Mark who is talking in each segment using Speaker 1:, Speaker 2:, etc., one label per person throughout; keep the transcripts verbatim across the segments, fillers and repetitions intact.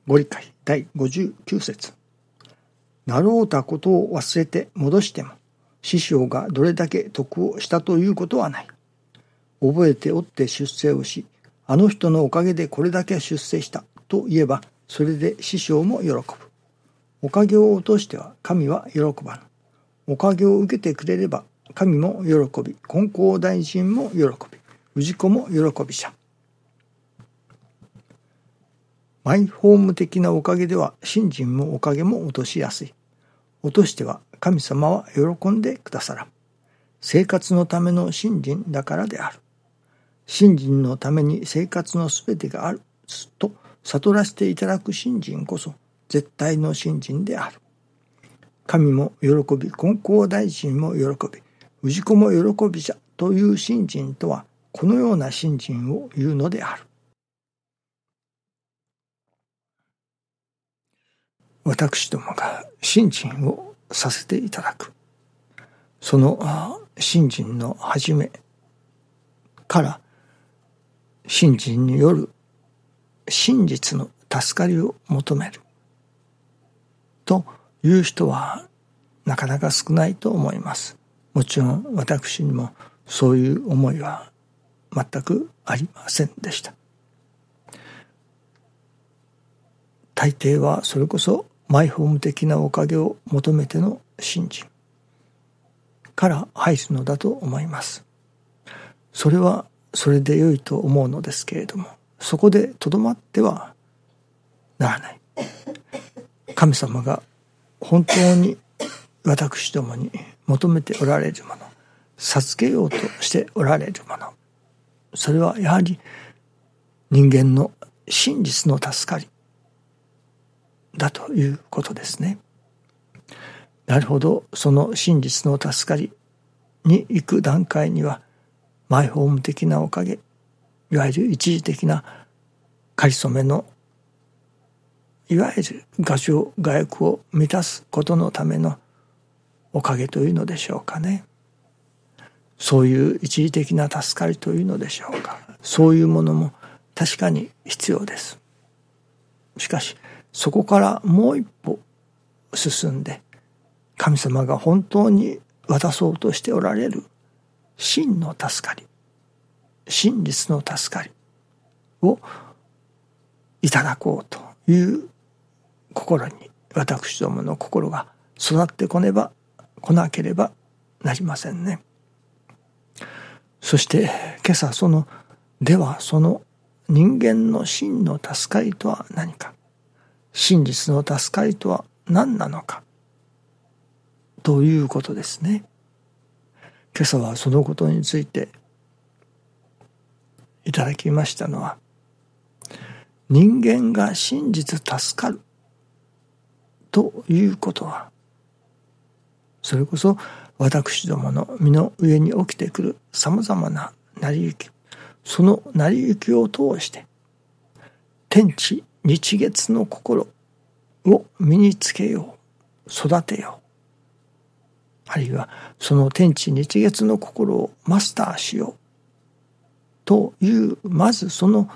Speaker 1: ご理解だいごじゅうきゅう節。なろうたことを忘れて戻しても、師匠がどれだけ得をしたということはない。覚えておって出世をし、あの人のおかげでこれだけ出世したと言えば、それで師匠も喜ぶ。おかげを落としては神は喜ばぬ。おかげを受けてくれれば神も喜び、金光大臣も喜び、氏子も喜びしゃ。マイホーム的なおかげでは信心もおかげも落としやすい。落としては神様は喜んでくださらん。生活のための信心だからである。信心のために生活のすべてがあると悟らせていただく信心こそ絶対の信心である。神も喜び、金光大臣も喜び、氏子も喜びじゃという信心とはこのような信心を言うのである。私どもが信心をさせていただく。その信心の始めから信心による真実の助かりを求めるという人はなかなか少ないと思います。もちろん私にもそういう思いは全くありませんでした。大抵はそれこそマイホーム的なおかげを求めての信心から入るのだと思います。それはそれで良いと思うのですけれども、そこでとどまってはならない。神様が本当に私どもに求めておられるもの、授けようとしておられるもの、それはやはり人間の真実の助かりだということですね。なるほど、その真実の助かりに行く段階にはマイホーム的なおかげ、いわゆる一時的なかりそめのいわゆる牙城牙欲を満たすことのためのおかげというのでしょうかね。そういう一時的な助かりというのでしょうか。そういうものも確かに必要です。しかしそこからもう一歩進んで神様が本当に渡そうとしておられる真の助かり、真実の助かりをいただこうという心に私どもの心が育ってこねば来なければなりませんね。そして今朝そのではその人間の真の助かりとは何か、真実の助かりとは何なのかということですね。今朝はそのことについていただきましたのは、人間が真実助かるということは、それこそ私どもの身の上に起きてくるさまざまな成り行き、その成り行きを通して天地日月の心を身につけよう、育てよう、あるいはその天地日月の心をマスターしようという、まずその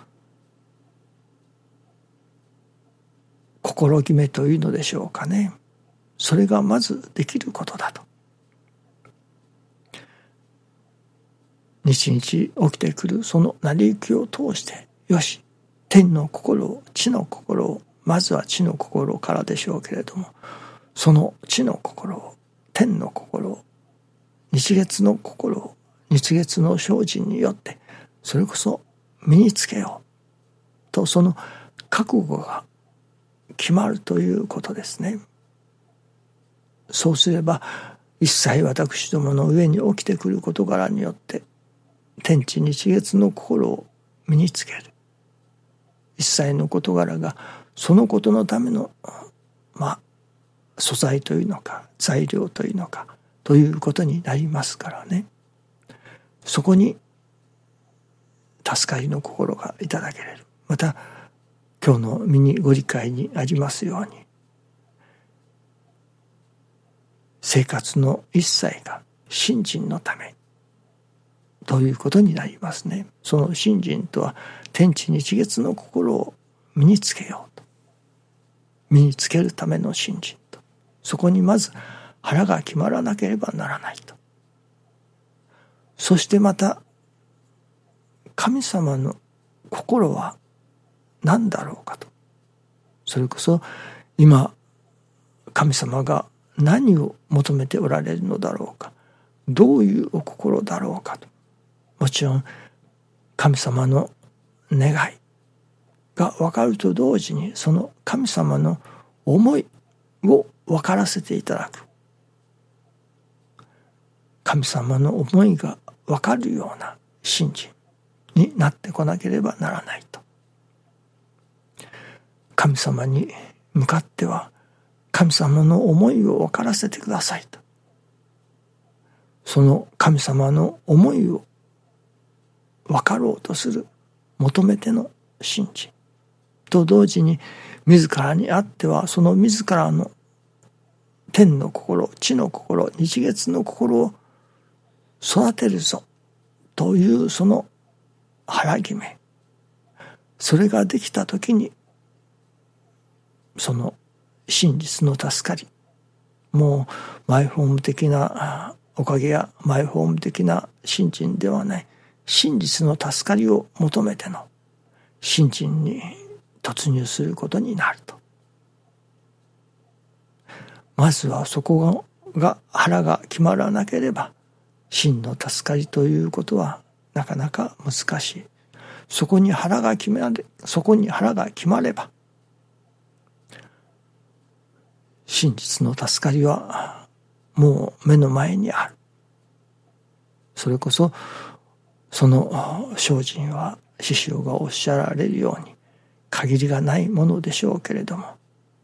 Speaker 1: 心決めというのでしょうかね。それがまずできることだと。日々起きてくるその成り行きを通して、よし、天の心を、地の心を、まずは地の心からでしょうけれども、その地の心を、天の心を、日月の心を、日月の精進によってそれこそ身につけようと、その覚悟が決まるということですね。そうすれば一切私どもの上に起きてくる事柄によって天地日月の心を身につける。一切の事柄がそのことのためのまあ素材というのか材料というのかということになりますからね。そこに助かりの心がいただけれる。また今日の身にご理解にありますように、生活の一切が信心のためということになりますね。その信心とは天地日月の心を身につけようと身につけるための信心と、そこにまず腹が決まらなければならないと。そしてまた神様の心は何だろうかと。それこそ今神様が何を求めておられるのだろうか、どういうお心だろうかと。もちろん神様の願いが分かると同時に、その神様の思いを分からせていただく、神様の思いが分かるような信心になってこなければならないと。神様に向かっては神様の思いを分からせてくださいと。その神様の思いを分かろうとする求めての信心と同時に、自らにあってはその自らの天の心、地の心、日月の心を育てるぞというその腹決め、それができたときに、その真実の助かり、もうマイホーム的なおかげやマイホーム的な信心ではない、真実の助かりを求めての信心に突入することになると。まずはそこが腹が決まらなければ、真の助かりということはなかなか難しい。そこに腹が決まれ、そこに腹が決まれば、真実の助かりはもう目の前にある。それこそその精進は師匠がおっしゃられるように限りがないものでしょうけれども、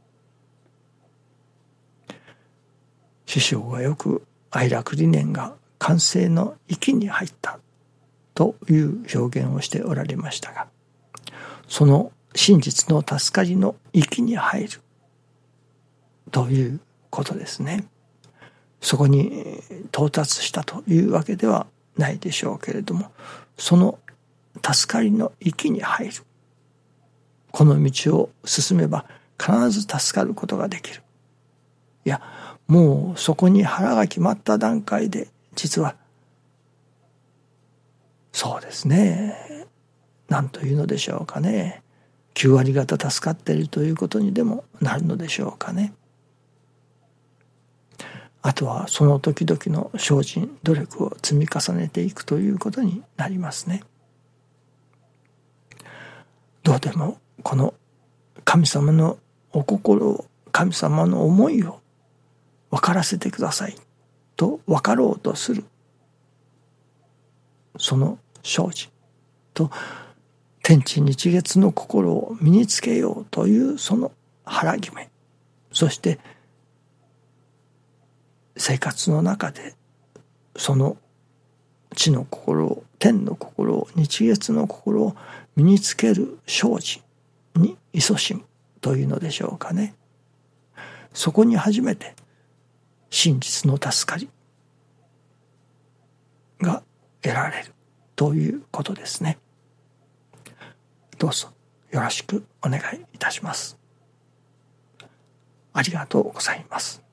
Speaker 1: 師匠がよく愛楽理念が完成の域に入ったという表現をしておられましたが、その真実の助かりの域に入るということですね。そこに到達したというわけではないでしょうけれども、その助かりの域に入る、この道を進めば必ず助かることができる。いや、もうそこに腹が決まった段階で、実はそうですね、何というのでしょうかね、きゅうわり方助かっているということにでもなるのでしょうかね。あとはその時々の精進努力を積み重ねていくということになりますね。どうでもこの神様のお心を、神様の思いを分からせてくださいと分かろうとするその精進と、天地日月の心を身につけようというその腹決め、そして生活の中でその地の心を、天の心を、日月の心を身につける精進に勤しむというのでしょうかね。そこに初めて真実の助かりが得られるということですね。どうぞよろしくお願いいたします。ありがとうございます。